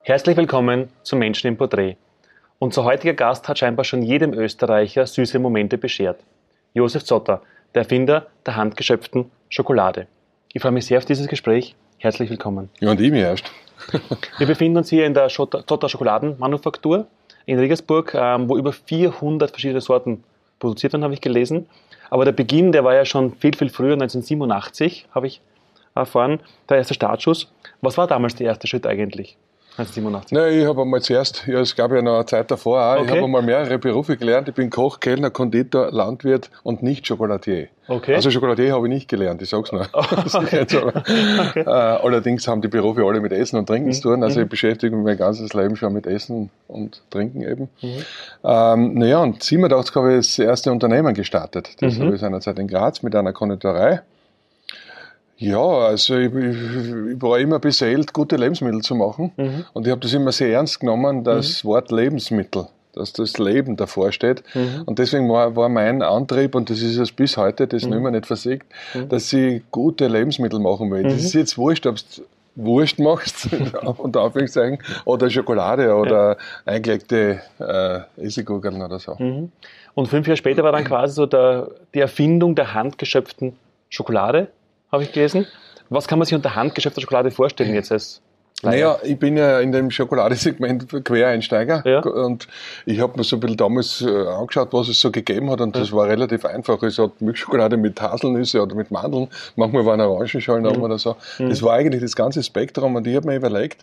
Herzlich willkommen zum Menschen im Porträt. Unser heutiger Gast hat scheinbar schon jedem Österreicher süße Momente beschert. Josef Zotter, der Erfinder der handgeschöpften Schokolade. Ich freue mich sehr auf dieses Gespräch. Herzlich willkommen. Ja, und ich mich erst. Wir befinden uns hier in der Zotter Schokoladenmanufaktur in Regensburg, wo über 400 verschiedene Sorten produziert werden, habe ich gelesen. Aber der Beginn, der war ja schon viel, viel früher, 1987, habe ich erfahren, der erste Startschuss. Was war damals der erste Schritt eigentlich? 1987? Nein, ich habe einmal zuerst, es gab ja noch eine Zeit davor auch, ich habe einmal mehrere Berufe gelernt. Ich bin Koch, Kellner, Konditor, Landwirt und nicht Schokoladier. Okay. Also Schokoladier habe ich nicht gelernt, ich sag's nur. Okay. Allerdings haben die Berufe alle mit Essen und Trinken zu tun. Also ich beschäftige mich mein ganzes Leben schon mit Essen und Trinken eben. Naja, und 87 habe ich das erste Unternehmen gestartet. Das habe ich seinerzeit in Graz mit einer Konditorei. Ja, also ich war immer beseelt, gute Lebensmittel zu machen. Und ich habe das immer sehr ernst genommen, das Wort Lebensmittel, dass das Leben davor steht. Und deswegen war mein Antrieb, und das ist es bis heute, das noch immer nicht versiegt, dass ich gute Lebensmittel machen will. Das ist jetzt wurscht, ob du Wurst machst, unter Anführungszeichen, oder Schokolade oder eingelegte Essiggurkeln oder so. Und 5 Jahre später war dann quasi so die Erfindung der handgeschöpften Schokolade, habe ich gelesen. Was kann man sich unter handgeschöpfter Schokolade vorstellen jetzt als Laie? Naja, ich bin ja in dem Schokoladesegment Quereinsteiger, und ich habe mir so ein bisschen damals angeschaut, was es so gegeben hat, und das war relativ einfach. Es hat Milchschokolade mit Haselnüsse oder mit Mandeln, manchmal waren Orangenschalen oder so. Das war eigentlich das ganze Spektrum, und ich habe mir überlegt,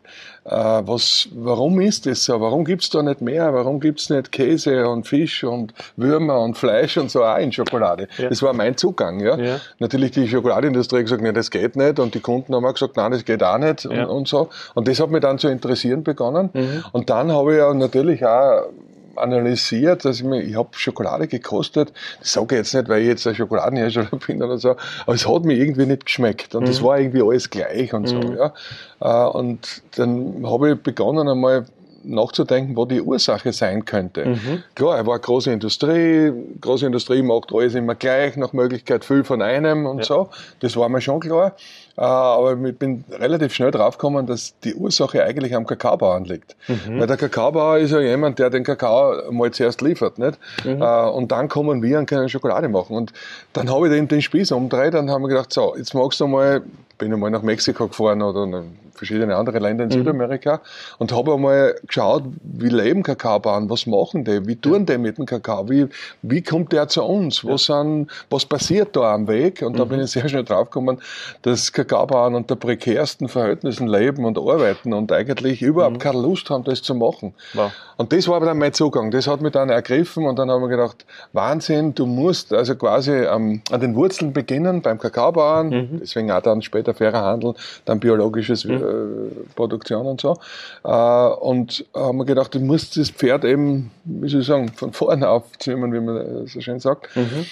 warum ist das so? Warum gibt's da nicht mehr? Warum gibt's nicht Käse und Fisch und Würmer und Fleisch und so auch in Schokolade? Ja. Das war mein Zugang. Ja. Natürlich die Schokoladeindustrie hat gesagt, nee, das geht nicht, und die Kunden haben auch gesagt, nein, das geht auch nicht und so. Und das hat mich dann zu interessieren begonnen. Und dann habe ich ja natürlich auch analysiert, dass ich habe Schokolade gekostet. Das sage ich jetzt nicht, weil ich jetzt ein Schokoladenhersteller bin oder so, aber es hat mir irgendwie nicht geschmeckt. Und das war irgendwie alles gleich und so. Ja. Und dann habe ich begonnen einmal nachzudenken, wo die Ursache sein könnte. Klar, er war große Industrie macht alles immer gleich, nach Möglichkeit viel von einem und so. Das war mir schon klar. Aber ich bin relativ schnell draufgekommen, dass die Ursache eigentlich am Kakaobauern liegt. Weil der Kakaobauer ist ja jemand, der den Kakao mal zuerst liefert, nicht? Und dann kommen wir und können Schokolade machen. Und dann habe ich den Spieß umgedreht und haben mir gedacht, so, jetzt magst du mal, bin einmal nach Mexiko gefahren oder verschiedene andere Länder in Südamerika und habe einmal geschaut, wie leben Kakaobauern, was machen die, wie tun die mit dem Kakao, wie kommt der zu uns, was passiert da am Weg? Und da bin ich sehr schnell draufgekommen, dass Kakaobauern unter prekärsten Verhältnissen leben und arbeiten und eigentlich überhaupt keine Lust haben, das zu machen. Wow. Und das war dann mein Zugang, das hat mich dann ergriffen, und dann haben wir gedacht, Wahnsinn, du musst also quasi an den Wurzeln beginnen, beim Kakaobauern, deswegen auch dann später fairer Handel, dann biologisches Produktion und so. Und haben wir gedacht, du musst das Pferd eben, wie soll ich sagen, von vorne aufzäumen, wie man so schön sagt.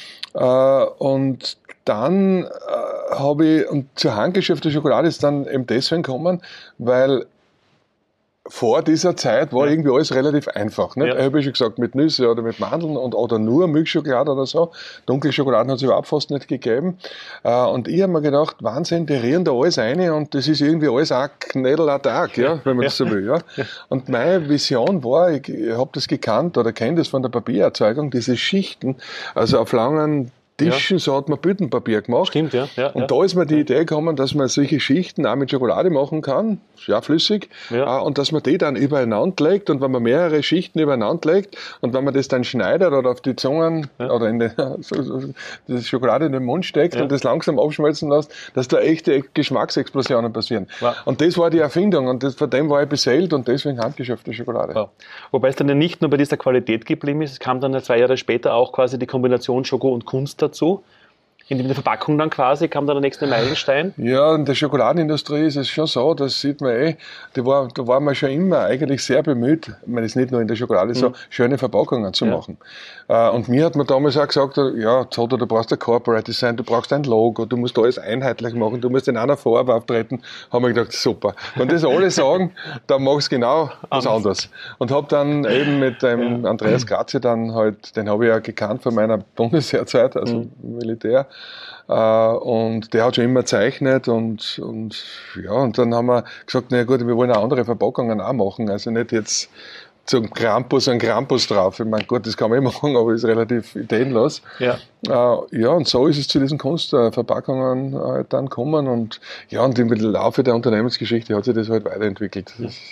Und dann habe ich, und zur handgeschöpften Schokolade ist dann eben deswegen gekommen, weil vor dieser Zeit war irgendwie alles relativ einfach. Nicht? Ich habe schon gesagt, mit Nüsse oder mit Mandeln oder nur Milchschokolade oder so. Dunkle Schokoladen hat es überhaupt fast nicht gegeben. Und ich habe mir gedacht, Wahnsinn, die rühren da alles rein, und das ist irgendwie alles ein Knädel am Tag, wenn man das so will. Ja. Und meine Vision war, ich habe das gekannt oder kenne das von der Papiererzeugung, diese Schichten, also auf langen Tischen, so hat man Büttenpapier gemacht. Stimmt, ja. Und da ist mir die Idee gekommen, dass man solche Schichten auch mit Schokolade machen kann, flüssig, und dass man die dann übereinander legt, und wenn man mehrere Schichten übereinander legt und wenn man das dann schneidet oder auf die Zungen oder in die Schokolade in den Mund steckt und das langsam abschmelzen lässt, dass da echte Geschmacksexplosionen passieren. Wow. Und das war die Erfindung, und von dem war ich beseelt, und deswegen handgeschöpfte Schokolade. Wow. Wobei es dann ja nicht nur bei dieser Qualität geblieben ist, es kam dann 2 Jahre später auch quasi die Kombination Schoko und Kunst dazu. In der Verpackung dann quasi kam dann der nächste Meilenstein. Ja, in der Schokoladenindustrie ist es schon so, das sieht man da war man schon immer eigentlich sehr bemüht, ich meine, es ist nicht nur in der Schokolade so, schöne Verpackungen zu machen. Und mir hat man damals auch gesagt, Zotter, du brauchst ein Corporate Design, du brauchst ein Logo, du musst alles einheitlich machen, du musst in einer Farbe auftreten. Haben wir gedacht, super. Wenn das alle sagen, dann machst du genau was anderes. Und habe dann eben mit dem Andreas Grazie dann halt, den habe ich ja gekannt von meiner Bundeswehrzeit, also Militär, und der hat schon immer gezeichnet und dann haben wir gesagt, na gut, wir wollen auch andere Verpackungen auch machen, also nicht jetzt zum Krampus ein Krampus drauf. Ich meine, gut, das kann man machen, aber ist relativ ideenlos. Ja. Und so ist es zu diesen Kunstverpackungen halt dann gekommen und im Laufe der Unternehmensgeschichte hat sich das halt weiterentwickelt.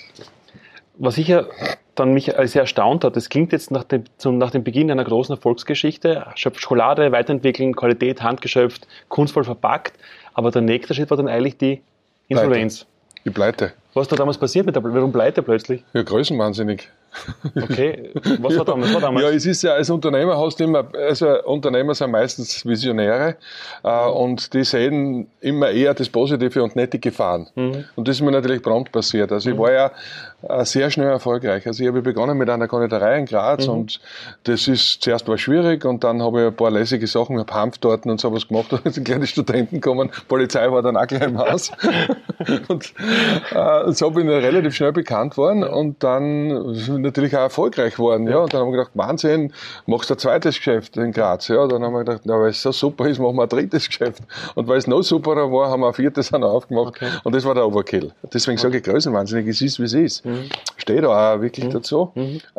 Was ich ja dann mich sehr erstaunt hat, das klingt jetzt nach dem Beginn einer großen Erfolgsgeschichte, Schokolade weiterentwickeln, Qualität handgeschöpft, kunstvoll verpackt, aber der nächste Schritt war dann eigentlich die Insolvenz. Die Pleite. Was ist da damals passiert warum Pleite plötzlich? Ja, größenwahnsinnig. Okay, was war damals? Ja, es ist ja, als Unternehmer hast du immer, also Unternehmer sind meistens Visionäre und die sehen immer eher das Positive und nicht die Gefahren. Und das ist mir natürlich prompt passiert. Also ich war ja sehr schnell erfolgreich. Also ich habe begonnen mit einer Konditorei in Graz und das ist, zuerst war schwierig und dann habe ich ein paar lässige Sachen, ich habe Hanftorten und sowas gemacht, da sind kleine Studenten gekommen, Polizei war dann auch gleich im Haus. Und so bin ich relativ schnell bekannt worden und dann natürlich auch erfolgreich geworden. Ja. Und dann haben wir gedacht, Wahnsinn, machst du ein zweites Geschäft in Graz. Ja. Dann haben wir gedacht, weil es so super ist, machen wir ein drittes Geschäft. Und weil es noch superer war, haben wir ein viertes auch noch aufgemacht. Okay. Und das war der Overkill. Deswegen sage ich größenwahnsinnig, es ist, wie es ist. Steht da auch wirklich dazu.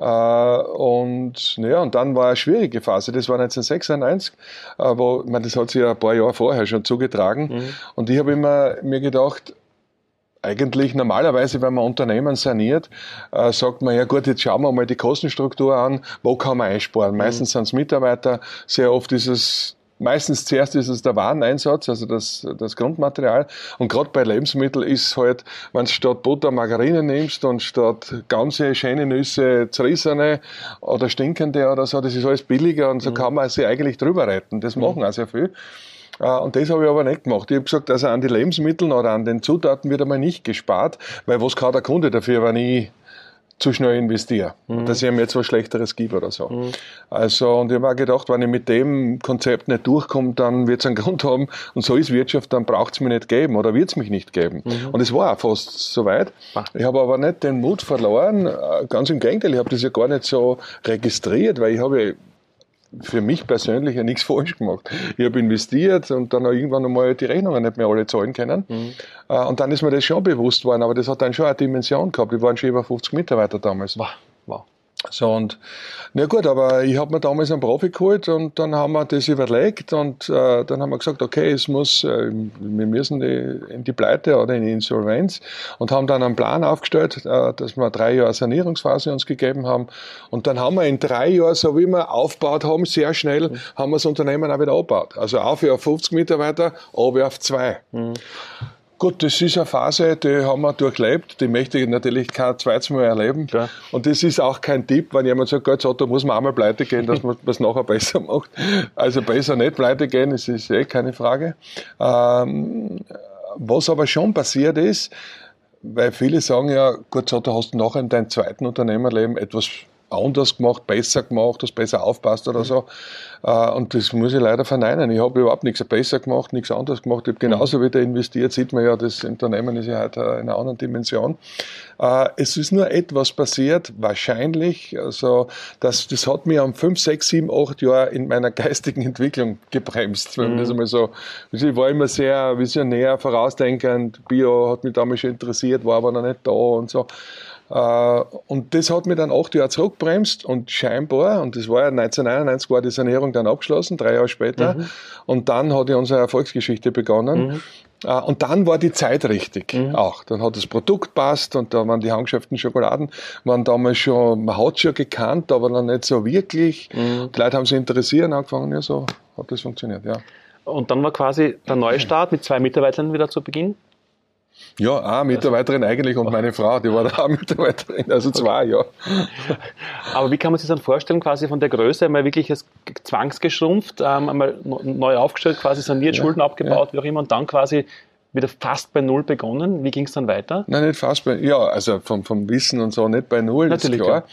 Und dann war eine schwierige Phase. Das war 1996, das hat sich ja ein paar Jahre vorher schon zugetragen. Und ich habe immer mir gedacht, eigentlich normalerweise, wenn man Unternehmen saniert, sagt man, ja gut, jetzt schauen wir mal die Kostenstruktur an, wo kann man einsparen? Meistens sind es Mitarbeiter, sehr oft meistens zuerst ist es der Wareneinsatz, also das Grundmaterial. Und gerade bei Lebensmitteln ist halt, wenn du statt Butter Margarine nimmst und statt ganze schöne Nüsse zerrissene oder stinkende oder so, das ist alles billiger und so kann man sich eigentlich drüber retten. Das machen auch sehr viel. Und das habe ich aber nicht gemacht. Ich habe gesagt, also an die Lebensmitteln oder an den Zutaten wird einmal nicht gespart, weil was kann der Kunde dafür, wenn ich zu schnell investiere, dass ich ihm jetzt was Schlechteres gebe oder so. Also, und ich habe auch gedacht, wenn ich mit dem Konzept nicht durchkomme, dann wird es einen Grund haben, und so ist Wirtschaft, dann braucht es mich nicht geben oder wird es mich nicht geben. Und es war auch fast soweit. Ich habe aber nicht den Mut verloren, ganz im Gegenteil, ich habe das ja gar nicht so registriert, weil ich habe für mich persönlich ja nichts falsch gemacht. Ich habe investiert und dann auch irgendwann einmal die Rechnungen nicht mehr alle zahlen können. Und dann ist mir das schon bewusst worden, aber das hat dann schon eine Dimension gehabt. Wir waren schon über 50 Mitarbeiter damals. Wow. So, und na gut, aber ich habe mir damals einen Profi geholt und dann haben wir das überlegt und dann haben wir gesagt, okay, wir müssen in die Pleite oder in die Insolvenz und haben dann einen Plan aufgestellt, dass wir 3 Jahre Sanierungsphase uns gegeben haben und dann haben wir in 3 Jahren, so wie wir aufgebaut haben, sehr schnell, haben wir das Unternehmen auch wieder abgebaut. Also auf 50 Mitarbeiter, auf 2. Gut, das ist eine Phase, die haben wir durchlebt, die möchte ich natürlich kein zweites Mal erleben. Klar. Und das ist auch kein Tipp, wenn jemand sagt, Gott, da muss man einmal pleite gehen, dass man es nachher besser macht. Also besser nicht pleite gehen, das ist keine Frage. Was aber schon passiert ist, weil viele sagen ja, gut, da hast du nachher in deinem zweiten Unternehmerleben etwas anders gemacht, besser gemacht, hast besser aufpasst oder so. Und das muss ich leider verneinen. Ich habe überhaupt nichts besser gemacht, nichts anderes gemacht. Ich habe genauso wieder investiert. Sieht man ja, das Unternehmen ist ja heute in einer anderen Dimension. Es ist nur etwas passiert, wahrscheinlich, also das hat mich um 5, 6, 7, 8 Jahre in meiner geistigen Entwicklung gebremst. Wenn man das einmal so, ich war immer sehr visionär, vorausdenkend. Bio hat mich damals schon interessiert, war aber noch nicht da und so. Und das hat mich dann 8 Jahre zurückgebremst und scheinbar, und das war ja 1991, war die Sanierung dann abgeschlossen, 3 Jahre später, und dann hat ja unsere Erfolgsgeschichte begonnen. Und dann war die Zeit richtig auch. Dann hat das Produkt passt und da waren die handgeschöpften Schokoladen, waren damals schon, man hat schon gekannt, aber noch nicht so wirklich. Die Leute haben sich interessiert angefangen, ja, so hat das funktioniert, ja. Und dann war quasi der Neustart mit 2 Mitarbeitern wieder zu Beginn? Ja, eine Mitarbeiterin eigentlich und meine Frau, die war da auch Mitarbeiterin, also 2, ja. Aber wie kann man sich das dann vorstellen, quasi von der Größe, einmal wirklich zwangsgeschrumpft, einmal neu aufgestellt, quasi saniert, Schulden abgebaut, wie auch immer, und dann quasi wieder fast bei Null begonnen. Wie ging es dann weiter? Nein, nicht fast bei, ja, also vom Wissen und so nicht bei Null, natürlich, ist klar.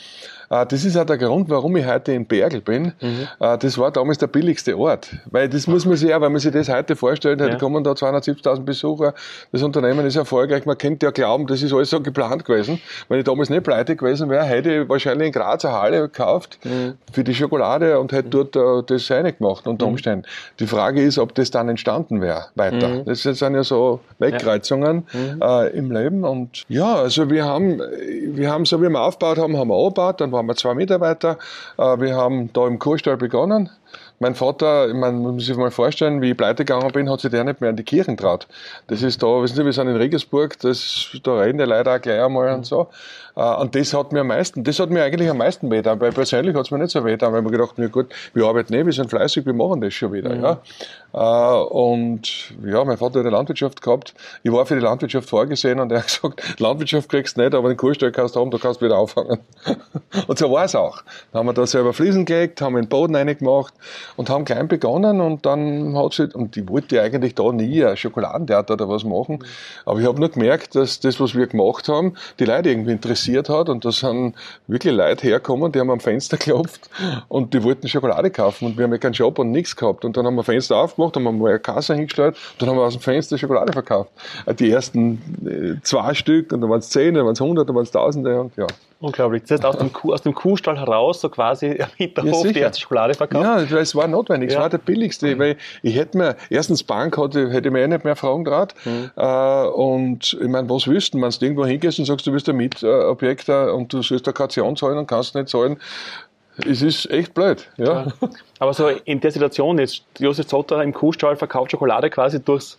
Das ist auch der Grund, warum ich heute in Bergl bin. Das war damals der billigste Ort. Weil das muss man sich auch, wenn man sich das heute vorstellt, heute kommen da 270.000 Besucher, das Unternehmen ist erfolgreich, man könnte ja glauben, das ist alles so geplant gewesen. Wenn ich damals nicht pleite gewesen wäre, hätte ich wahrscheinlich in Graz eine Halle gekauft für die Schokolade und hätte dort das reingemacht unter Umständen. Die Frage ist, ob das dann entstanden wäre weiter. Das sind ja so Wegkreuzungen im Leben. Und ja, also wir haben so wie wir aufgebaut haben wir angebaut, dann waren wir 2 Mitarbeiter. Wir haben da im Kuhstall begonnen. Mein Vater, man muss sich mal vorstellen, wie ich pleite gegangen bin, hat sich der nicht mehr an die Kirchen traut. Das ist da, wissen Sie, wir sind in Regensburg, da reden die Leute auch gleich einmal und so. Und das hat mir eigentlich am meisten wehgetan, weil persönlich hat es mir nicht so wehgetan, weil wir gedacht, na gut, wir arbeiten wir sind fleißig, wir machen das schon wieder, ja. Und ja, mein Vater hat eine Landwirtschaft gehabt, ich war für die Landwirtschaft vorgesehen und er hat gesagt, Landwirtschaft kriegst du nicht, aber den Kuhstall kannst du haben, du kannst wieder auffangen. Und so war es auch. Dann haben wir da selber Fliesen gelegt, haben den Boden reingemacht und haben klein begonnen und dann hat sie, und ich wollte eigentlich da nie ein Schokoladentheater oder was machen, aber ich habe nur gemerkt, dass das, was wir gemacht haben, die Leute irgendwie interessiert hat und da sind wirklich Leute hergekommen, die haben am Fenster geklopft und die wollten Schokolade kaufen und wir haben ja keinen Shop und nichts gehabt und dann haben wir Fenster aufgemacht, haben wir mal eine Kasse hingestellt und dann haben wir aus dem Fenster Schokolade verkauft. Die ersten 2 Stück und dann waren es 10, dann waren es 100, dann waren es Tausende und ja. Unglaublich. Das heißt, aus dem Kuhstall heraus, so quasi im Hinterhof, die erste Schokolade verkauft? Ja, es war notwendig. Es war der billigste, weil ich hätte mir, erstens Bank hätte ich mir nicht mehr fragen traut. Und ich meine, was willst du, wenn du irgendwo hingehst und sagst, du bist ein Mietobjekt und du sollst eine Kaution zahlen und kannst nicht zahlen, es ist echt blöd. Ja. Aber so in der Situation jetzt, Josef Zotter im Kuhstall verkauft Schokolade quasi durchs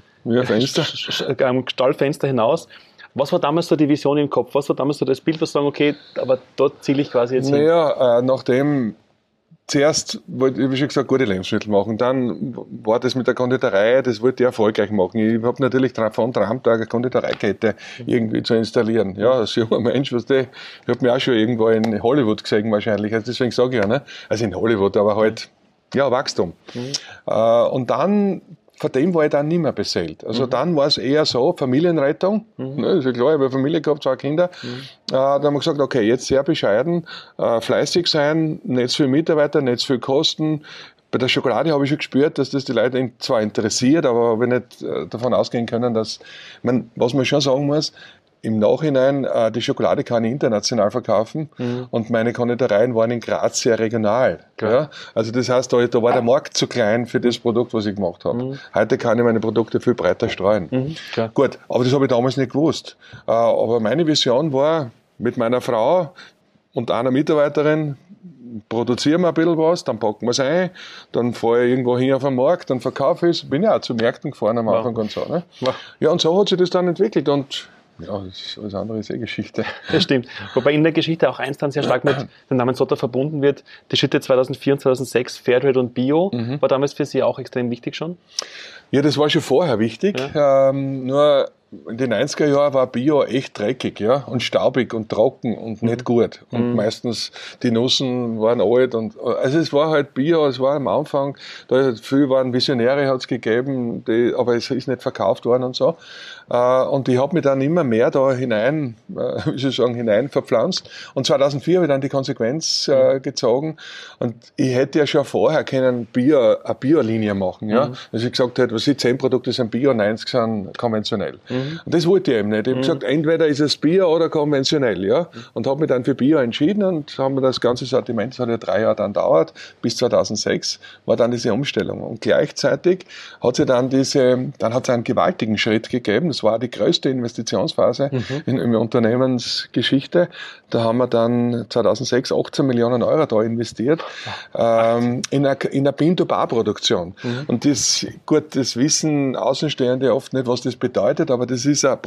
Stallfenster hinaus. Was war damals so die Vision im Kopf? Was war damals so das Bild, was sagen, okay, aber dort ziele ich quasi jetzt hin? Naja, nachdem zuerst wollte ich, wie schon gesagt, gute Lebensmittel machen. Dann war das mit der Konditorei, das wollte ich erfolgreich machen. Ich habe natürlich von Tramtag eine Konditoreikette irgendwie zu installieren. Ja, als junger Mensch, ich habe mich auch schon irgendwo in Hollywood gesehen wahrscheinlich. Also deswegen sage ich ja, ne? Also in Hollywood, aber halt, ja, Wachstum. Und dann, von dem war ich dann nicht mehr beseelt. Also dann war es eher so, Familienrettung. Ne, ist ja klar, ich habe eine Familie gehabt, 2 Kinder. Da haben wir gesagt, okay, jetzt sehr bescheiden, fleißig sein, nicht so viele Mitarbeiter, nicht so viel Kosten. Bei der Schokolade habe ich schon gespürt, dass das die Leute zwar interessiert, aber habe ich nicht davon ausgehen können, dass, was man schon sagen muss, im Nachhinein, die Schokolade kann ich international verkaufen und meine Konditoreien waren in Graz sehr regional. Ja? Also das heißt, da war der Markt zu klein für das Produkt, was ich gemacht habe. Heute kann ich meine Produkte viel breiter streuen. Gut, aber das habe ich damals nicht gewusst. Aber meine Vision war, mit meiner Frau und einer Mitarbeiterin produzieren wir ein bisschen was, dann packen wir es ein, dann fahre ich irgendwo hin auf den Markt, dann verkaufe ich es. Bin ja auch zu Märkten gefahren am Anfang und so. Ne? Ja, und so hat sich das dann entwickelt und ja, das ist alles andere ist Geschichte. Das stimmt. Wobei in der Geschichte auch eins dann sehr stark mit dem Namen Zotter verbunden wird. Die Schritte 2004 und 2006, Fairtrade und Bio, war damals für Sie auch extrem wichtig schon? Ja, das war schon vorher wichtig. Ja. Nur in den 90er Jahren war Bio echt dreckig, ja, und staubig und trocken und nicht gut. Und meistens die Nussen waren alt und, also es war halt Bio, es war am Anfang, da viel waren Visionäre, hat's gegeben, aber es ist nicht verkauft worden und so. Und ich habe mich dann immer mehr da hinein verpflanzt. Und 2004 habe ich dann die Konsequenz gezogen. Und ich hätte ja schon vorher eine Bio-Linie machen, ja. Also ich gesagt hätte, 10 Produkte sind Bio, 90 sind konventionell. Und das wollte ich eben nicht. Ich habe gesagt, entweder ist es Bio oder konventionell, ja. Und habe mich dann für Bio entschieden und haben wir das ganze Sortiment, das hat ja 3 Jahre dann gedauert, bis 2006 war dann diese Umstellung. Und gleichzeitig hat es einen gewaltigen Schritt gegeben. Das war die größte Investitionsphase in Unternehmensgeschichte. Da haben wir dann 2006 18 Millionen Euro da investiert in eine Bean-to-Bar-Produktion. Und das wissen Außenstehende oft nicht, was das bedeutet, aber das ist eine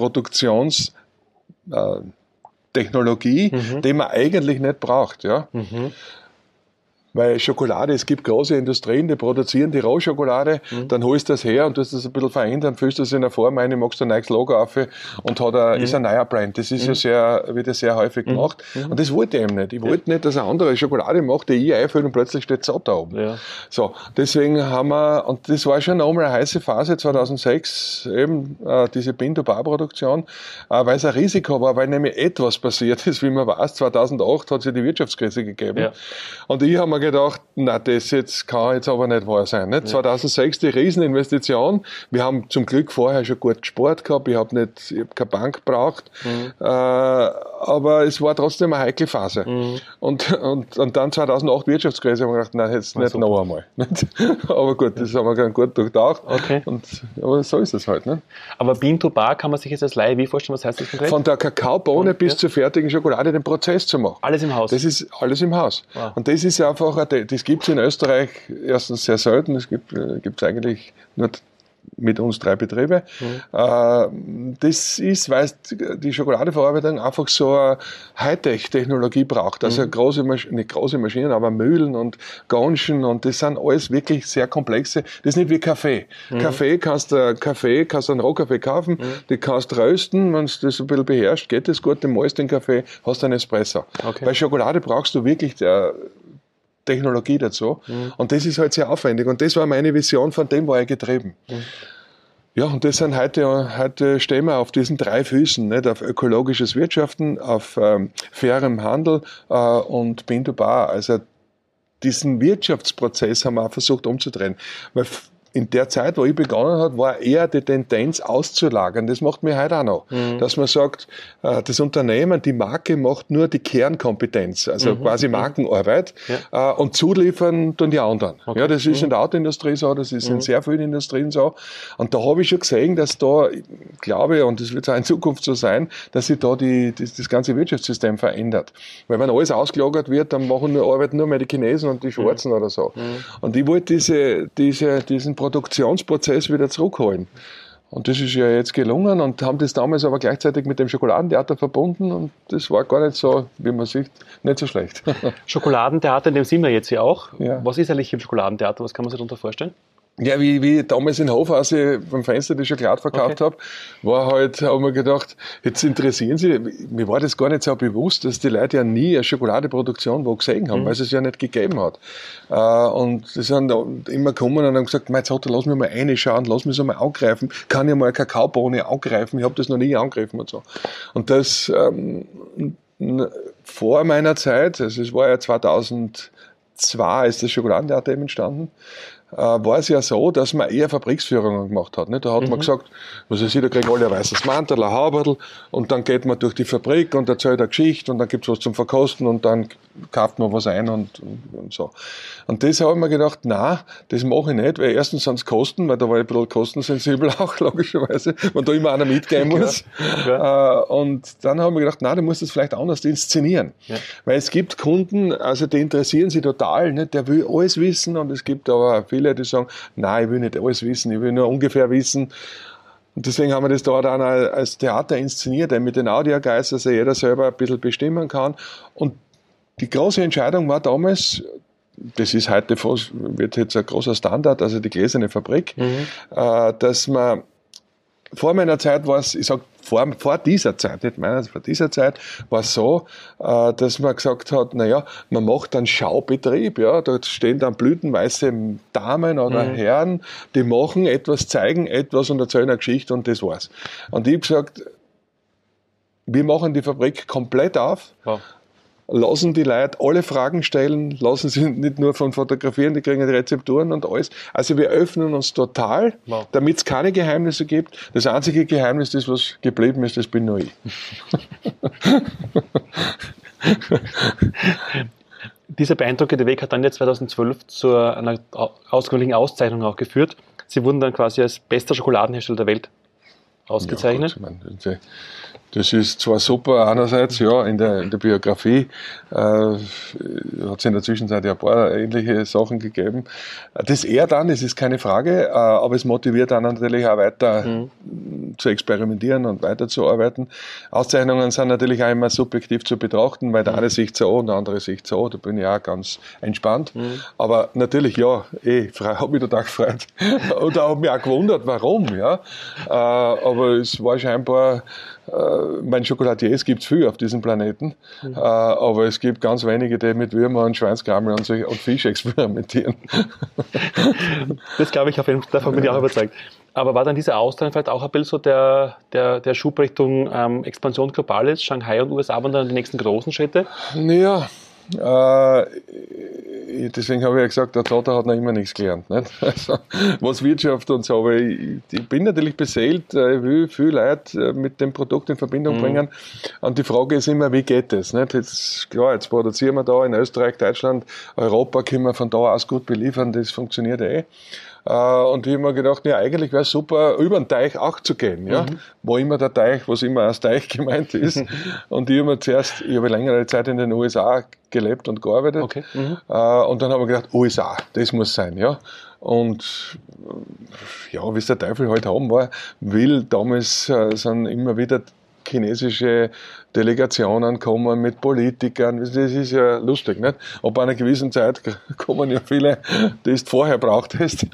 Produktionstechnologie, die man eigentlich nicht braucht. Ja. Weil Schokolade, es gibt große Industrien, die produzieren die Rohschokolade, dann holst du das her und du das ein bisschen verändern, füllst das in eine Form ein, machst ein neues Logo auf und ist ein neuer Brand. Das ist wird ja sehr häufig gemacht. Und das wollte ich eben nicht. Ich wollte nicht, dass eine andere Schokolade macht, die ich einfülle und plötzlich steht Zott da oben. Ja. So, deswegen haben wir, und das war schon nochmal eine heiße Phase, 2006, eben diese Bean-to-Bar-Produktion, weil es ein Risiko war, weil nämlich etwas passiert ist, wie man weiß. 2008 hat es ja die Wirtschaftskrise gegeben. Ja. Und ich habe mir gedacht, na, das jetzt kann jetzt aber nicht wahr sein. Nicht? Ja. 2006 die Rieseninvestition. Wir haben zum Glück vorher schon gut Sport gehabt. Ich habe keine Bank gebraucht. Aber es war trotzdem eine heikle Phase. Und dann 2008 Wirtschaftskrise, haben wir gedacht, nein, jetzt nicht noch einmal. Aber gut, das haben wir ganz gut durchdacht. Okay. Aber so ist es halt. Nicht? Aber Bean-to-Bar kann man sich jetzt als Laie wie vorstellen? Was heißt das konkret? Von der Kakaobohne bis zur fertigen Schokolade den Prozess zu machen. Alles im Haus? Das ist alles im Haus. Wow. Und das ist einfach, das gibt es in Österreich erstens sehr selten. Es gibt es eigentlich nur mit uns 3 Betriebe. Das ist, weil die Schokoladeverarbeitung einfach so eine Hightech-Technologie braucht. Also nicht große Maschinen, aber Mühlen und Gonschen und das sind alles wirklich sehr komplexe. Das ist nicht wie Kaffee. Kaffee kannst du einen Rohkaffee kaufen, die kannst du rösten, wenn du das ein bisschen beherrschst, geht das gut, den malst den Kaffee, hast einen Espresso. Okay. Bei Schokolade brauchst du wirklich Technologie dazu. Und das ist halt sehr aufwendig. Und das war meine Vision, von dem war ich getrieben. Ja, und das sind heute stehen wir auf diesen 3 Füßen, nicht? Auf ökologisches Wirtschaften, auf fairem Handel und Bean-to-Bar. Also diesen Wirtschaftsprozess haben wir auch versucht umzudrehen. Weil in der Zeit, wo ich begonnen habe, war eher die Tendenz auszulagern. Das macht mir heute auch noch. Dass man sagt, das Unternehmen, die Marke macht nur die Kernkompetenz, also quasi Markenarbeit, und zuliefern tun die anderen. Okay. Ja, das ist in der Autoindustrie so, das ist in sehr vielen Industrien so. Und da habe ich schon gesehen, dass da, ich glaube, und das wird auch in Zukunft so sein, dass sich da das ganze Wirtschaftssystem verändert. Weil wenn alles ausgelagert wird, dann arbeiten nur mehr die Chinesen und die Schwarzen oder so. Und ich wollte diesen Produktionsprozess wieder zurückholen. Und das ist ja jetzt gelungen und haben das damals aber gleichzeitig mit dem Schokoladentheater verbunden und das war gar nicht so, wie man sieht, nicht so schlecht. Schokoladentheater, in dem sind wir jetzt hier auch. Ja. Was ist eigentlich im Schokoladentheater? Was kann man sich darunter vorstellen? Ja, wie ich damals in Hofhause beim Fenster die Schokolade verkauft habe, haben wir gedacht, jetzt interessieren Sie, mir war das gar nicht so bewusst, dass die Leute ja nie eine Schokoladeproduktion wo gesehen haben, weil es ja nicht gegeben hat. Und die sind immer gekommen und haben gesagt, mein Vater, lass mich mal reinschauen, lass mich so mal angreifen, kann ich mal eine Kakaobohne angreifen, ich habe das noch nie angegriffen und so. Und das vor meiner Zeit, also es war ja 2002, ist das Schokoladentheater eben entstanden, war es ja so, dass man eher Fabriksführungen gemacht hat. Nicht? Da hat man gesagt, was weiß ich, da kriegen alle ein weißes Mantel, ein Hauberl und dann geht man durch die Fabrik und erzählt eine Geschichte und dann gibt's was zum Verkosten und dann kauft man was ein und so. Und das habe ich mir gedacht, na, das mache ich nicht, weil erstens sind es Kosten, weil da war ich ein bisschen kostensensibel auch, logischerweise, wenn da immer einer mitgehen muss. Ja. Und dann habe ich mir gedacht, na, du musst das vielleicht anders inszenieren. Ja. Weil es gibt Kunden, also die interessieren sich total, nicht? Der will alles wissen und es gibt aber viele, die sagen, nein, ich will nicht alles wissen, ich will nur ungefähr wissen. Und deswegen haben wir das da dann als Theater inszeniert, mit den Audioguides, dass jeder selber ein bisschen bestimmen kann. Und die große Entscheidung war damals, das ist heute wird jetzt ein großer Standard, also die gläserne Fabrik, dass man, vor meiner Zeit war es, ich sag vor dieser Zeit, nicht meiner, vor dieser Zeit war es so, dass man gesagt hat, naja, man macht einen Schaubetrieb, ja, da stehen dann blütenweiße Damen oder Herren, die machen etwas, zeigen etwas und erzählen eine Geschichte und das war's. Und ich habe gesagt, wir machen die Fabrik komplett auf, lassen die Leute alle Fragen stellen, lassen sie nicht nur von fotografieren, die kriegen die Rezepturen und alles. Also wir öffnen uns total, damit es keine Geheimnisse gibt. Das einzige Geheimnis, das was geblieben ist, das bin nur ich. Dieser beeindruckende Weg hat dann jetzt 2012 zu einer auskömmlichen Auszeichnung auch geführt. Sie wurden dann quasi als bester Schokoladenhersteller der Welt ausgezeichnet. Ja, gut, das ist zwar super, einerseits, ja, in der Biografie hat es in der Zwischenzeit ja ein paar ähnliche Sachen gegeben. Das ehrt dann, das ist keine Frage, aber es motiviert dann natürlich auch weiter zu experimentieren und weiterzuarbeiten. Auszeichnungen sind natürlich auch immer subjektiv zu betrachten, weil der eine sieht so und der andere sieht so, da bin ich auch ganz entspannt. Aber natürlich, ja, habe mich total gefreut. Und da habe mich auch gewundert, warum, ja. Aber es war scheinbar, mein Schokoladiers gibt es viel auf diesem Planeten, aber es gibt ganz wenige, die mit Würmer und Schweinskrammel und Fisch experimentieren. Das glaube ich auf jeden Fall, davon bin ich auch überzeugt. Aber war dann dieser Austausch vielleicht auch ein bisschen so der Schub Richtung Expansion Globales, Shanghai und USA waren dann die nächsten großen Schritte? Ja, deswegen habe ich ja gesagt, der Vater hat noch immer nichts gelernt. Nicht? Also, was Wirtschaft und so, aber ich bin natürlich beseelt, ich will viele Leute mit dem Produkt in Verbindung bringen. Und die Frage ist immer, wie geht das? Nicht? Jetzt produzieren wir da in Österreich, Deutschland, Europa, können wir von da aus gut beliefern, das funktioniert Und ich habe mir gedacht, ja, eigentlich wäre es super, über den Teich auch zu gehen, ja. Wo immer der Teich, was immer als Teich gemeint ist. Und ich habe längere Zeit in den USA gelebt und gearbeitet. Okay. Und dann habe ich gedacht, USA, das muss sein, ja. Und ja, wie es der Teufel halt haben war, damals sind immer wieder chinesische Delegationen kommen mit Politikern. Das ist ja lustig, nicht? Ab einer gewissen Zeit kommen ja viele, die du vorher brauchtest.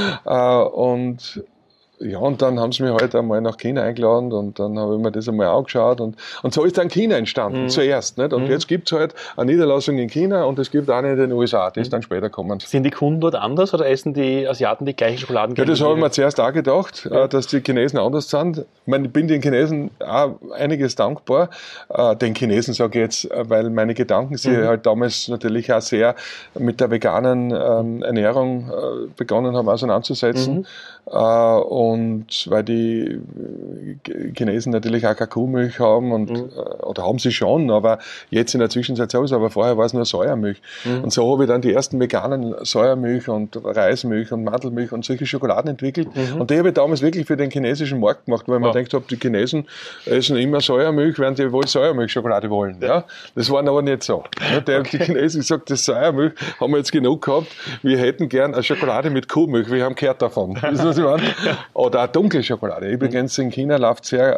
Und dann haben sie mich halt einmal nach China eingeladen und dann habe ich mir das einmal angeschaut und so ist dann China entstanden, zuerst. Nicht? Und jetzt gibt es halt eine Niederlassung in China und es gibt eine in den USA, die ist dann später gekommen. Sind die Kunden dort anders oder essen die Asiaten die gleichen Schokoladen? Ja, das habe ich mir zuerst auch gedacht, dass die Chinesen anders sind. Ich meine, ich bin den Chinesen auch einiges dankbar. Den Chinesen sage ich jetzt, weil meine Gedanken sie halt damals natürlich auch sehr mit der veganen Ernährung begonnen haben auseinanderzusetzen. Und weil die Chinesen natürlich auch keine Kuhmilch haben oder haben sie schon, aber jetzt in der Zwischenzeit sowieso, aber vorher war es nur Sojamilch. Und so habe ich dann die ersten veganen Sojamilch und Reismilch und Mandelmilch und solche Schokoladen entwickelt. Und die habe ich damals wirklich für den chinesischen Markt gemacht, weil man denkt, die Chinesen essen immer Sojamilch, während die wohl Sojamilchschokolade wollen. Ja? Das war aber nicht so. Die Chinesen gesagt, das Sojamilch haben wir jetzt genug gehabt, wir hätten gern eine Schokolade mit Kuhmilch, wir haben gehört davon. Oder auch dunkle Schokolade. Übrigens in China läuft sehr,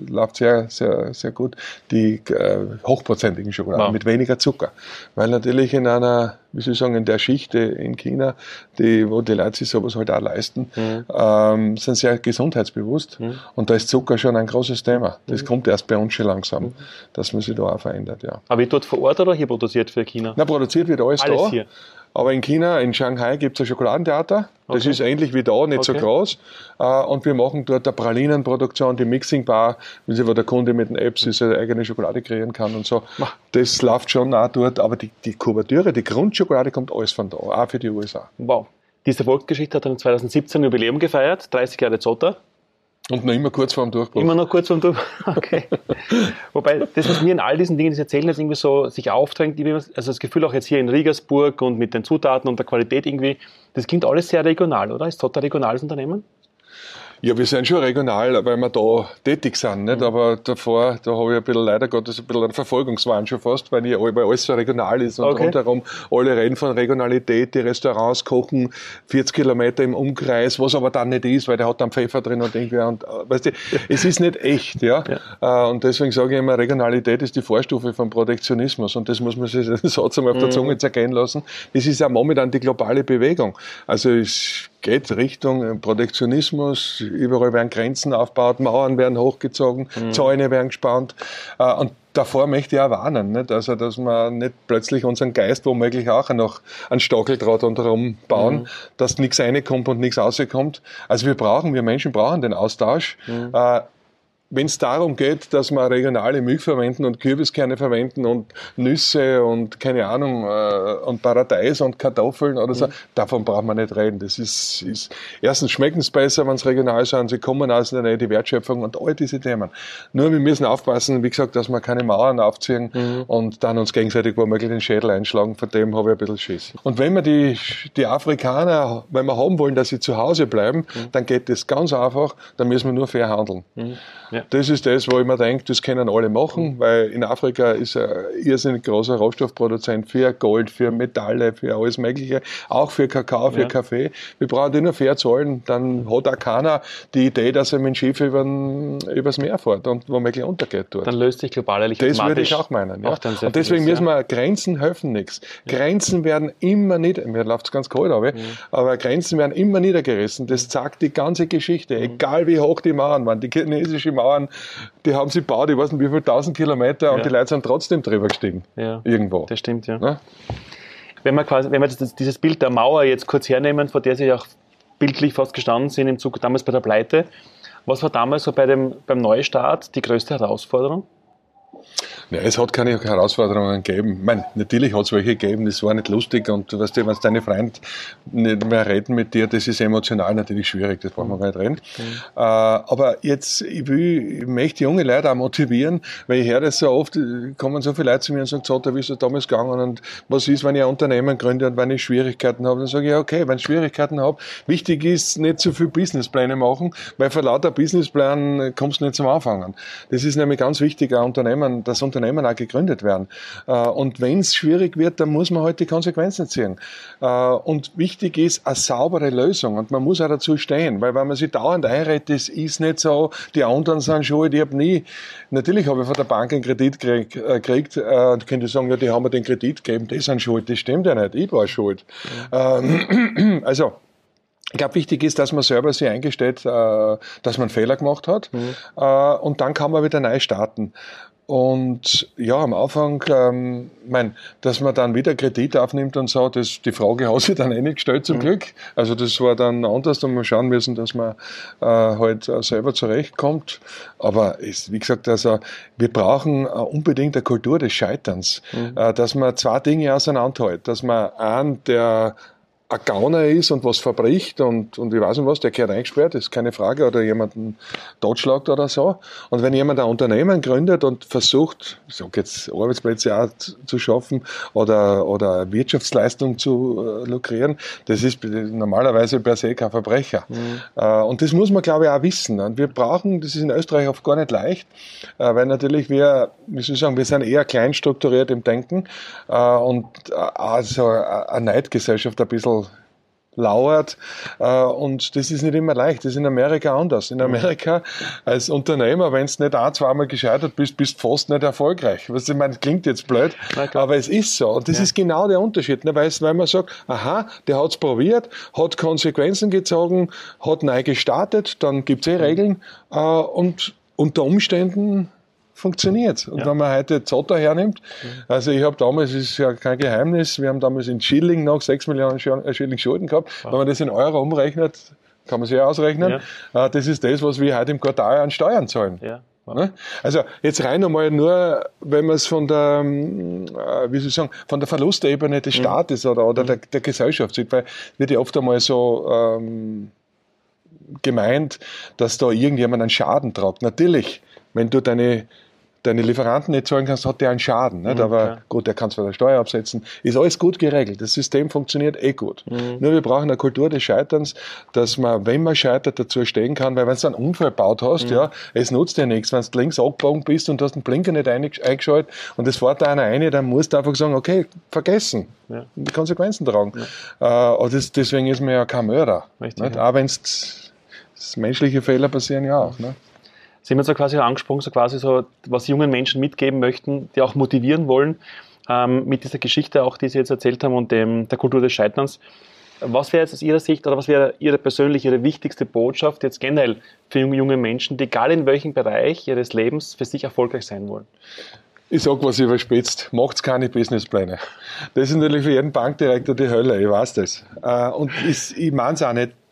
sehr, sehr gut die hochprozentigen Schokoladen mit weniger Zucker. Weil natürlich in einer, wie soll ich sagen, in der Schicht in China, wo die Leute sich sowas halt auch leisten, sind sehr gesundheitsbewusst. Und da ist Zucker schon ein großes Thema. Das kommt erst bei uns schon langsam, dass man sich da auch verändert. Ja. Aber wird dort vor Ort oder hier produziert für China? Na, produziert wird alles da. Hier. Aber in China, in Shanghai, gibt es ein Schokoladentheater. Das ist ähnlich wie da, nicht so groß. Und wir machen dort eine Pralinenproduktion, die Mixing Bar, wo der Kunde mit den Apps seine eigene Schokolade kreieren kann und so. Das läuft schon auch dort. Aber die Kuvertüre, die Grundschokolade kommt alles von da, auch für die USA. Wow. Diese Erfolgsgeschichte hat dann 2017 Jubiläum gefeiert, 30 Jahre Zotter. Und noch immer kurz vor dem Durchbruch. Immer noch kurz vor dem Durchbruch, okay. Wobei, das, was mir in all diesen Dingen, die Sie erzählen, jetzt irgendwie so sich aufdrängt, also das Gefühl auch jetzt hier in Regensburg und mit den Zutaten und der Qualität irgendwie, das klingt alles sehr regional, oder? Ist Zotter ein regionales Unternehmen? Ja, wir sind schon regional, weil wir da tätig sind, nicht? Aber davor, da habe ich ein bisschen, leider Gottes, ein bisschen einen Verfolgungswahn schon fast, weil alles so regional ist und rundherum alle reden von Regionalität, die Restaurants kochen 40 Kilometer im Umkreis, was aber dann nicht ist, weil der hat dann Pfeffer drin und irgendwie, und, weißt du, es ist nicht echt, ja. Und deswegen sage ich immer, Regionalität ist die Vorstufe vom Protektionismus und das muss man sich den Satz einmal auf der Zunge zergehen lassen. Das ist ja momentan die globale Bewegung. Also es geht Richtung Protektionismus, überall werden Grenzen aufgebaut, Mauern werden hochgezogen, Zäune werden gespannt. Und davor möchte ich auch warnen, nicht? Also, dass wir nicht plötzlich unseren Geist womöglich auch noch einen Stacheldraht rundherum bauen, dass nichts reinkommt und nichts rauskommt. Also wir Menschen brauchen den Austausch. wenn es darum geht, dass wir regionale Milch verwenden und Kürbiskerne verwenden und Nüsse und keine Ahnung und Paradeis und Kartoffeln oder so, davon braucht man nicht reden. Das ist erstens schmecken es besser, wenn es regional sind, sie kommen aus der Nähe, die Wertschöpfung und all diese Themen. Nur wir müssen aufpassen, wie gesagt, dass wir keine Mauern aufziehen und dann uns gegenseitig womöglich den Schädel einschlagen. Von dem habe ich ein bisschen Schiss. Und wenn wir die Afrikaner, wenn wir haben wollen, dass sie zu Hause bleiben, dann geht das ganz einfach, dann müssen wir nur fair handeln. Ja. Das ist das, wo ich mir denke, das können alle machen, weil in Afrika ist ein irrsinnig großer Rohstoffproduzent für Gold, für Metalle, für alles Mögliche, auch für Kakao, für Kaffee. Wir brauchen die nur fair zahlen, dann hat auch keiner die Idee, dass er mit dem Schiff übers Meer fährt und womöglich untergeht dort. Dann löst sich global das würde ich auch meinen. Ja. Und deswegen müssen wir, Grenzen helfen nichts. Grenzen werden immer mir läuft es ganz kalt, aber Grenzen werden immer niedergerissen. Das zeigt die ganze Geschichte. Egal wie hoch die Mauern waren, die chinesischen Mauern, die haben sie gebaut, ich weiß nicht wie viele 1000 Kilometer und die Leute sind trotzdem drüber gestiegen. Ja. Irgendwo. Das stimmt, ja. Ja? Wenn wir dieses Bild der Mauer jetzt kurz hernehmen, vor der Sie auch bildlich fast gestanden sind im Zug damals bei der Pleite, was war damals so beim Neustart die größte Herausforderung? Ja, es hat keine Herausforderungen gegeben. Ich meine, natürlich hat es welche gegeben, das war nicht lustig und du weißt ja, wenn deine Freunde nicht mehr reden mit dir, das ist emotional natürlich schwierig, das brauchen wir gar nicht reden. Aber jetzt, ich möchte junge Leute auch motivieren, weil ich höre das so oft, kommen so viele Leute zu mir und sagen, so, wie ist das damals gegangen und was ist, wenn ich ein Unternehmen gründe und wenn ich Schwierigkeiten habe, dann sage ich, ja, okay, wenn ich Schwierigkeiten habe, wichtig ist, nicht zu viel Businesspläne machen, weil vor lauter Businessplänen kommst du nicht zum Anfangen. Das ist nämlich ganz wichtig, ein Unternehmen, das Unternehmen auch gegründet werden. Und wenn es schwierig wird, dann muss man halt die Konsequenzen ziehen. Und wichtig ist eine saubere Lösung und man muss auch dazu stehen, weil wenn man sich dauernd einredet, das ist nicht so, die anderen sind schuld, natürlich habe ich von der Bank einen Kredit gekriegt und könnte sagen, ja, die haben mir den Kredit gegeben, die sind schuld, das stimmt ja nicht, ich war schuld. Also, ich glaube, wichtig ist, dass man selber sich eingesteht, dass man Fehler gemacht hat und dann kann man wieder neu starten. Und ja, am Anfang, dass man dann wieder Kredit aufnimmt und so, die Frage hat sich dann nicht gestellt zum Glück. Also das war dann anders, da haben wir schauen müssen, dass man halt selber zurechtkommt. Aber wie gesagt, also wir brauchen unbedingt eine Kultur des Scheiterns, dass man zwei Dinge auseinanderhält, dass man der ein Gauner ist und was verbricht und ich weiß nicht was, der gehört eingesperrt, ist keine Frage, oder jemanden totschlagt oder so. Und wenn jemand ein Unternehmen gründet und versucht, ich sag jetzt Arbeitsplätze auch zu schaffen oder Wirtschaftsleistung zu lukrieren, das ist normalerweise per se kein Verbrecher. Und das muss man, glaube ich, auch wissen. Und wir brauchen, das ist in Österreich oft gar nicht leicht, weil natürlich wir sind eher klein strukturiert im Denken und also eine Neidgesellschaft ein bisschen lauert und das ist nicht immer leicht. Das ist in Amerika anders. In Amerika als Unternehmer, wenn du nicht zweimal gescheitert bist du fast nicht erfolgreich. Was ich meine, klingt jetzt blöd, aber es ist so. Und das ist genau der Unterschied, ne? Weil man sagt, aha, der hat's probiert, hat Konsequenzen gezogen, hat neu gestartet, dann gibt's Regeln und unter Umständen funktioniert. Und wenn man heute Zotter hernimmt, also ich habe damals, ist ja kein Geheimnis, wir haben damals in Schilling noch 6 Millionen Schilling Schulden gehabt. Wenn man das in Euro umrechnet, kann man sich ja ausrechnen. Ja. Das ist das, was wir heute im Quartal an Steuern zahlen. Ja. Also jetzt rein einmal nur, wenn man es von der, von der Verlustebene des Staates oder der Gesellschaft sieht, weil wird ja oft einmal so gemeint, dass da irgendjemand einen Schaden trägt. Natürlich, wenn du deine Lieferanten nicht zahlen kannst, hat der einen Schaden. Nicht? Aber gut, der kann zwar der Steuer absetzen. Ist alles gut geregelt. Das System funktioniert gut. Nur wir brauchen eine Kultur des Scheiterns, dass man, wenn man scheitert, dazu stehen kann. Weil wenn du einen Unfall gebaut hast, es nutzt dir nichts. Wenn du links abgebogen bist und du hast den Blinker nicht eingeschaltet und es fährt da einer rein, dann musst du einfach sagen, okay, vergessen. Ja. Und die Konsequenzen tragen. Ja. Deswegen ist man ja kein Mörder. Richtig, auch wenn menschliche Fehler passieren ja auch. Ne? Sie haben jetzt quasi angesprochen, was Sie jungen Menschen mitgeben möchten, die auch motivieren wollen, mit dieser Geschichte auch, die Sie jetzt erzählt haben und der Kultur des Scheiterns. Was wäre jetzt aus Ihrer Sicht oder was wäre Ihre wichtigste Botschaft jetzt generell für junge Menschen, die egal in welchem Bereich ihres Lebens für sich erfolgreich sein wollen? Ich sag was überspitzt, macht's keine Businesspläne. Das ist natürlich für jeden Bankdirektor die Hölle, ich weiß das. Und ich meine es auch nicht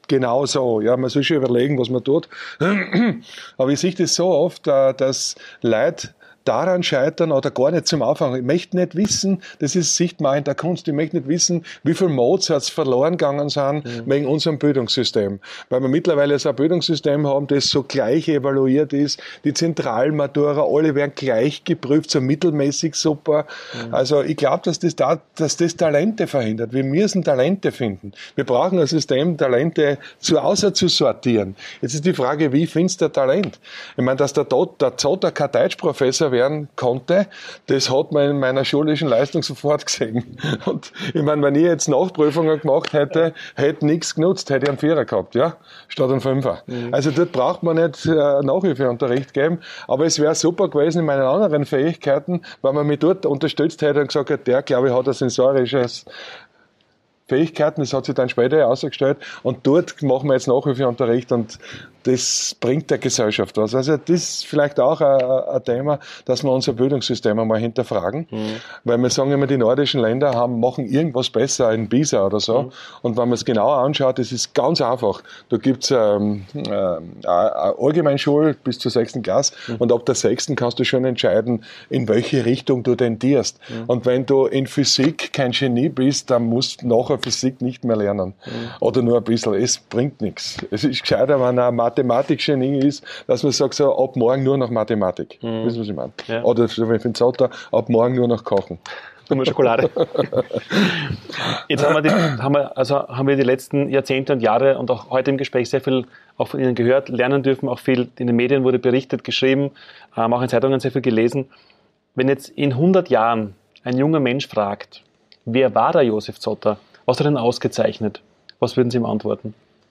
genau so. Ja, man soll schon überlegen, was man tut. Aber ich sehe das so oft, dass Leute daran scheitern oder gar nicht zum Anfang. Ich möchte nicht wissen, das ist sichtbar in der Kunst, ich möchte nicht wissen, wie viel Mozarts verloren gegangen sind wegen unserem Bildungssystem. Weil wir mittlerweile so ein Bildungssystem haben, das so gleich evaluiert ist, die Zentralmatura, alle werden gleich geprüft, so mittelmäßig super. Also ich glaube, dass das Talente verhindert. Wir müssen Talente finden. Wir brauchen ein System, Talente außer zu sortieren. Jetzt ist die Frage, wie findest du Talent? Ich meine, dass der Zotter kein Deutschprofessor werden konnte, das hat man in meiner schulischen Leistung sofort gesehen. Und ich meine, wenn ich jetzt Nachprüfungen gemacht hätte, hätte nichts genutzt, hätte ich einen Vierer gehabt, ja, statt einen Fünfer. Also dort braucht man nicht Nachhilfeunterricht geben, aber es wäre super gewesen in meinen anderen Fähigkeiten, wenn man mich dort unterstützt hätte und gesagt hätte, der, glaube ich, hat ein sensorisches Fähigkeiten, das hat sich dann später herausgestellt und dort machen wir jetzt Nachhilfeunterricht und das bringt der Gesellschaft was. Also das ist vielleicht auch ein Thema, dass wir unser Bildungssystem einmal hinterfragen, weil wir sagen immer, die nordischen Länder machen irgendwas besser in PISA oder so und wenn man es genauer anschaut, das ist ganz einfach. Da gibt's eine Allgemeinschule bis zur 6. Klasse und ab der 6. kannst du schon entscheiden, in welche Richtung du tendierst. Und wenn du in Physik kein Genie bist, dann musst du nachher Physik nicht mehr lernen. Oder nur ein bisschen. Es bringt nichts. Es ist gescheiter, wenn ein Mathematik-Genie ist, dass man sagt, so, ab morgen nur noch Mathematik. Wissen Sie, was ich meine? Ja. Oder so, wenn ich finde, ab morgen nur noch Kochen. Nur Schokolade. Jetzt haben wir die letzten Jahrzehnte und Jahre und auch heute im Gespräch sehr viel auch von Ihnen gehört, lernen dürfen, auch viel in den Medien wurde berichtet, geschrieben, auch in Zeitungen sehr viel gelesen. Wenn jetzt in 100 Jahren ein junger Mensch fragt, wer war der Josef Zotter? Was hat er denn ausgezeichnet? Was würden Sie ihm antworten?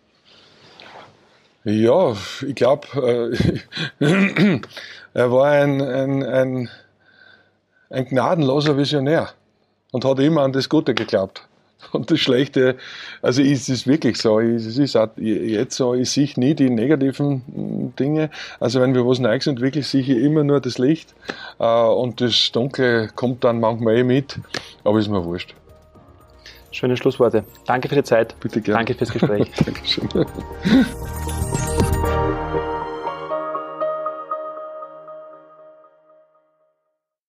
Ja, ich glaube, er war ein gnadenloser Visionär und hat immer an das Gute geglaubt. Und das Schlechte, also ist es wirklich so, es ist auch jetzt so, ich sehe nie die negativen Dinge. Also wenn wir was Neues entwickeln, sehe ich immer nur das Licht und das Dunkle kommt dann manchmal mit, aber ist mir wurscht. Schöne Schlussworte. Danke für die Zeit. Bitte gerne. Danke fürs Gespräch. Dankeschön.